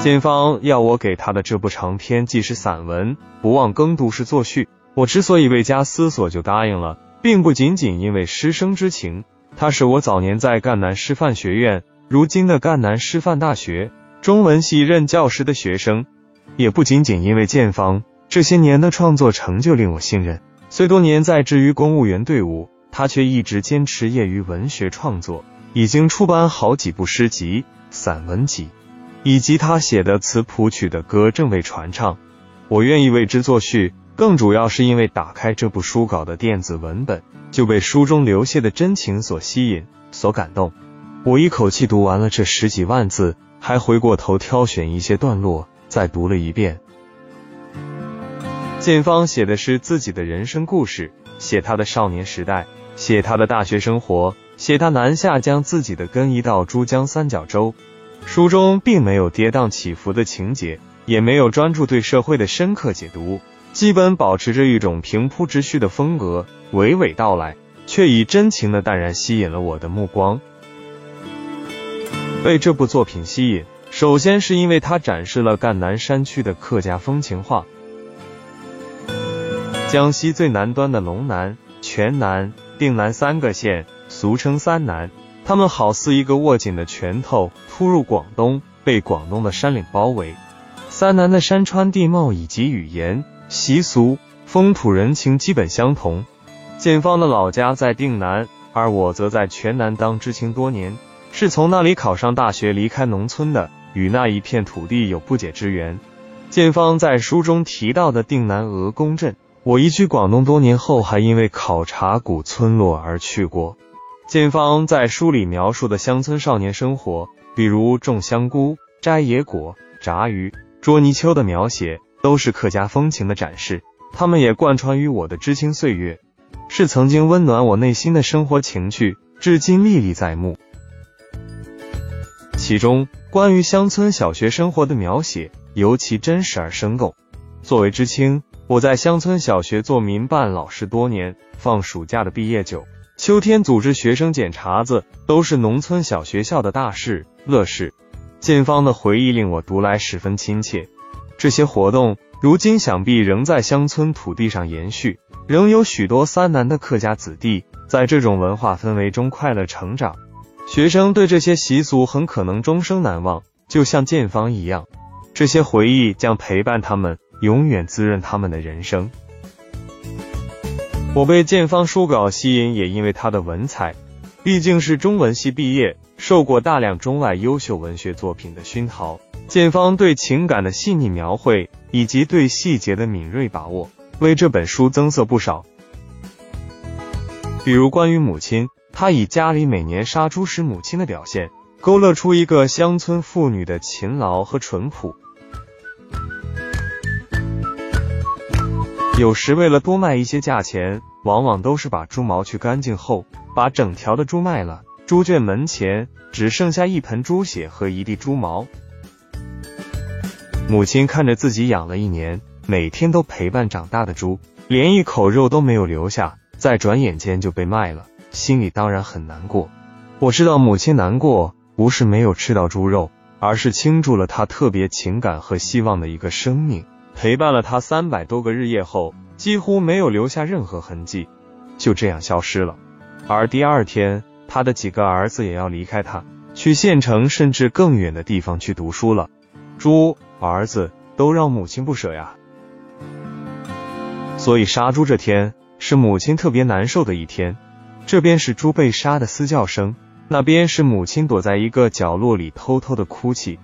建芳要我给他的这部长篇纪实散文不忘耕读时作序，我之所以未加思索就答应了，并不仅仅因为师生之情，他是我早年在赣南师范学院，如今的赣南师范大学中文系任教时的学生，也不仅仅因为建芳这些年的创作成就令我信任。虽多年在职于公务员队伍，他却一直坚持业余文学创作，已经出版好几部诗集、散文集，以及他写的词谱曲的歌正为传唱。我愿意为之作序，更主要是因为打开这部书稿的电子文本，就被书中流泻的真情所吸引、所感动。我一口气读完了这10几万字，还回过头挑选一些段落再读了一遍。建芳写的是自己的人生故事，写他的少年时代，写他的大学生活，写他南下将自己的根移到珠江三角洲。书中并没有跌宕起伏的情节，也没有专注对社会的深刻解读，基本保持着一种平铺直叙的风格，娓娓道来，却以真情的淡然吸引了我的目光。被这部作品吸引，首先是因为它展示了赣南山区的客家风情画。江西最南端的陇南、全南、定南3个县，俗称三南，它们好似一个握紧的拳头突入广东，被广东的山岭包围。三南的山川地貌以及语言、习俗、风土人情基本相同。建芳的老家在定南，而我则在全南当知青多年，是从那里考上大学离开农村的，与那一片土地有不解之缘。建芳在书中提到的定南鹅公镇，我移居广东多年后还因为考察古村落而去过。建芳在书里描述的乡村少年生活，比如种香菇、摘野果、炸鱼、捉泥鳅的描写，都是客家风情的展示，它们也贯穿于我的知青岁月，是曾经温暖我内心的生活情趣，至今历历在目。其中关于乡村小学生活的描写尤其真实而生动。作为知青，我在乡村小学做民办老师多年，放暑假的毕业酒，秋天组织学生捡茬子，都是农村小学校的大事乐事。建芳的回忆令我读来十分亲切。这些活动如今想必仍在乡村土地上延续，仍有许多三南的客家子弟在这种文化氛围中快乐成长。学生对这些习俗很可能终生难忘，就像建芳一样，这些回忆将陪伴他们，永远滋润他们的人生。我被建芳书稿吸引，也因为他的文采，毕竟是中文系毕业，受过大量中外优秀文学作品的熏陶。建芳对情感的细腻描绘，以及对细节的敏锐把握，为这本书增色不少。比如关于母亲，他以家里每年杀猪时母亲的表现，勾勒出一个乡村妇女的勤劳和淳朴。有时为了多卖一些价钱，往往都是把猪毛去干净后，把整条的猪卖了，猪圈门前只剩下一盆猪血和一地猪毛。母亲看着自己养了1年，每天都陪伴长大的猪，连一口肉都没有留下，在转眼间就被卖了，心里当然很难过。我知道母亲难过，不是没有吃到猪肉，而是倾注了她特别情感和希望的一个生命，陪伴了她300多个日夜后，几乎没有留下任何痕迹，就这样消失了。而第2天，他的几个儿子也要离开他，去县城甚至更远的地方去读书了。猪、儿子都让母亲不舍呀。所以杀猪这天是母亲特别难受的一天，这边是猪被杀的嘶叫声，那边是母亲躲在一个角落里偷偷的哭泣。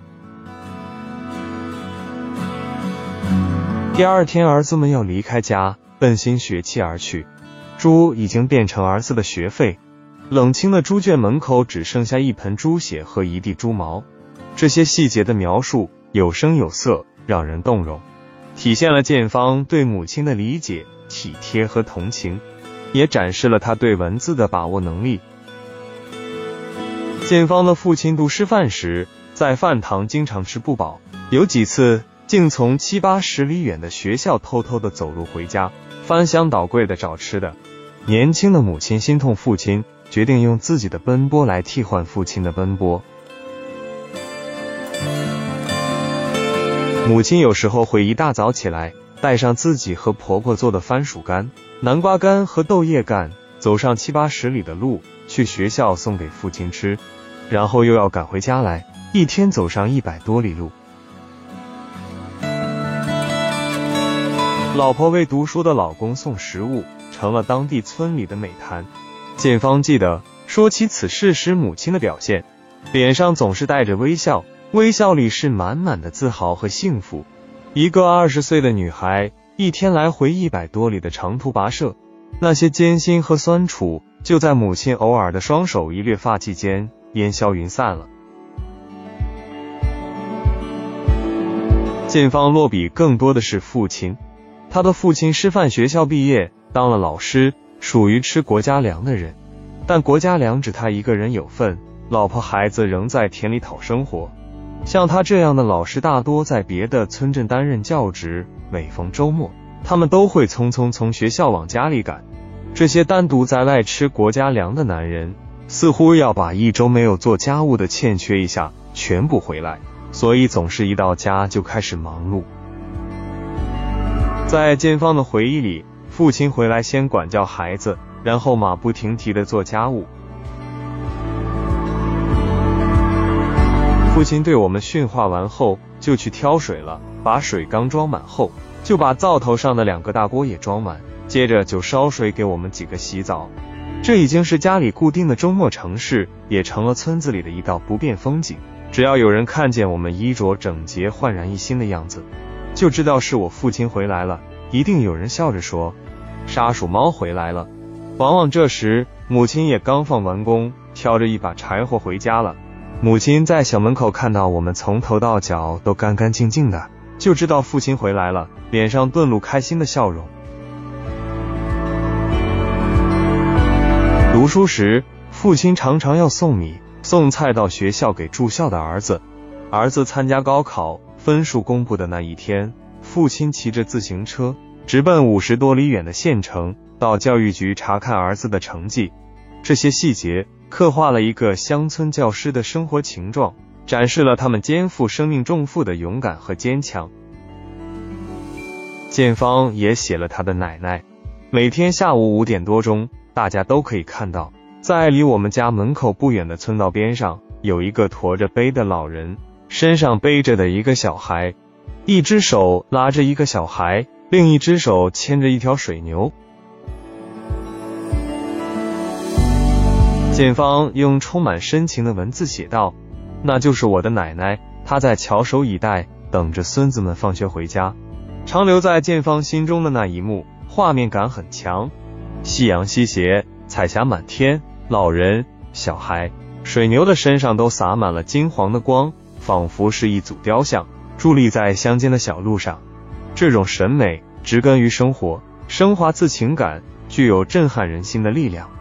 第2天，儿子们要离开家，奔新学期而去，猪已经变成儿子的学费。冷清的猪圈门口只剩下一盆猪血和一地猪毛。这些细节的描述有声有色，让人动容，体现了建芳对母亲的理解、体贴和同情，也展示了他对文字的把握能力。建芳的父亲读师范时，在饭堂经常吃不饱，有几次竟从7、80里远的学校偷偷的走路回家，翻箱倒柜的找吃的。年轻的母亲心痛父亲，决定用自己的奔波来替换父亲的奔波。 母亲有时候会一大早起来，带上自己和婆婆做的番薯干、南瓜干和豆叶干，走上70-80里的路去学校送给父亲吃，然后又要赶回家来，一天走上100多里路。老婆为读书的老公送食物，成了当地村里的美谈。建芳记得说起此事时母亲的表现，脸上总是带着微笑，微笑里是满满的自豪和幸福。一个20岁的女孩，一天来回100多里的长途跋涉，那些艰辛和酸楚，就在母亲偶尔的双手一掠发髻间烟消云散了。建芳落笔更多的是父亲，他的父亲师范学校毕业，当了老师，属于吃国家粮的人，但国家粮只他一个人有份，老婆孩子仍在田里讨生活。像他这样的老师大多在别的村镇担任教职，每逢周末，他们都会匆匆从学校往家里赶。这些单独在外吃国家粮的男人，似乎要把一周没有做家务的欠缺一下全补回来，所以总是一到家就开始忙碌。在建芳的回忆里，父亲回来先管教孩子，然后马不停蹄地做家务。父亲对我们训话完后，就去挑水了，把水缸装满后，就把灶头上的2个大锅也装满，接着就烧水给我们几个洗澡。这已经是家里固定的周末程式，也成了村子里的一道不变风景。只要有人看见我们衣着整洁、焕然一新的样子，就知道是我父亲回来了，一定有人笑着说，沙鼠猫回来了。往往这时，母亲也刚放完工，挑着一把柴火回家了。母亲在小门口看到我们从头到脚都干干净净的，就知道父亲回来了，脸上顿露开心的笑容。读书时，父亲常常要送米、送菜到学校给住校的儿子。儿子参加高考，分数公布的那一天，父亲骑着自行车，直奔50多里远的县城，到教育局查看儿子的成绩。这些细节刻画了一个乡村教师的生活情状，展示了他们肩负生命重负的勇敢和坚强。建芳也写了他的奶奶，每天下午5点多钟，大家都可以看到，在离我们家门口不远的村道边上，有一个驮着背的老人，身上背着的一个小孩，一只手拉着一个小孩，另一只手牵着一条水牛。建芳用充满深情的文字写道，那就是我的奶奶，她在翘首以待，等着孙子们放学回家。长留在建芳心中的那一幕，画面感很强，夕阳西斜，彩霞满天，老人、小孩、水牛的身上都洒满了金黄的光，仿佛是一组雕像，伫立在乡间的小路上。这种审美植根于生活，升华自情感，具有震撼人心的力量。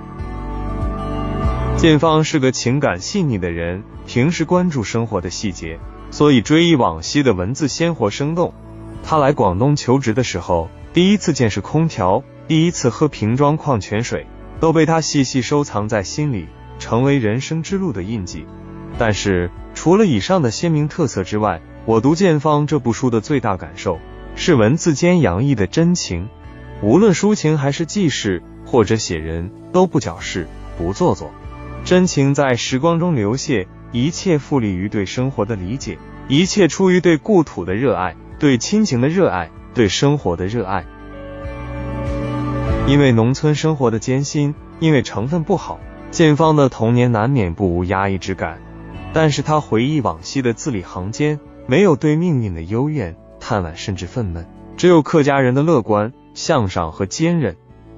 建芳是个情感细腻的人，平时关注生活的细节，所以追忆往昔的文字鲜活生动。他来广东求职的时候，第一次见识空调，第一次喝瓶装矿泉水，都被他细细收藏在心里，成为人生之路的印记。但是除了以上的鲜明特色之外，我读建芳这部书的最大感受是文字间洋溢的真情。无论抒情还是记事或者写人，都不矫饰，不做作，真情在时光中流泻，一切复利于对生活的理解，一切出于对故土的热爱，对亲情的热爱，对生活的热爱。因为农村生活的艰辛，因为成分不好，建芳的童年难免不无压抑之感，但是他回忆往昔的字里行间，没有对命运的幽怨、叹惋甚至愤懑，只有客家人的乐观、向上和坚韧。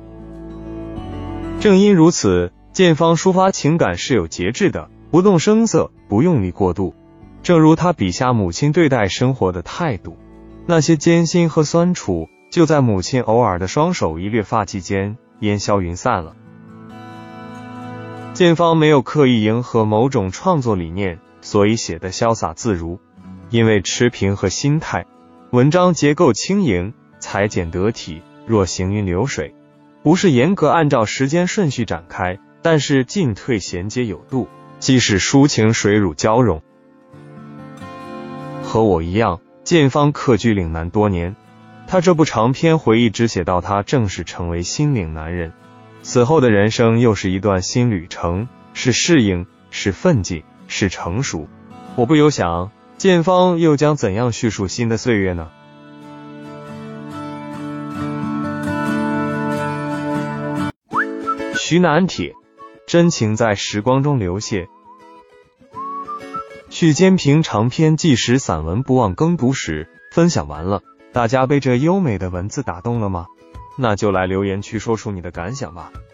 正因如此，建芳抒发情感是有节制的，不动声色，不用力过度。正如他笔下母亲对待生活的态度，那些艰辛和酸楚，就在母亲偶尔的双手一掠发髻间烟消云散了。建芳没有刻意迎合某种创作理念，所以写得潇洒自如。因为持平和心态，文章结构轻盈，裁剪得体，若行云流水，不是严格按照时间顺序展开，但是进退衔接有度，既是抒情水乳交融。和我一样， 建芳客居岭南多年，他这部长篇回忆只写到他正式成为新岭南人，此后的人生又是一段新旅程，是适应，是奋进，是成熟。我不由想，建芳又将怎样叙述新的岁月呢？徐南帖，真情在时光中流泻。续坚平长篇纪实散文不忘耕读史分享完了，大家被这优美的文字打动了吗？那就来留言区说出你的感想吧。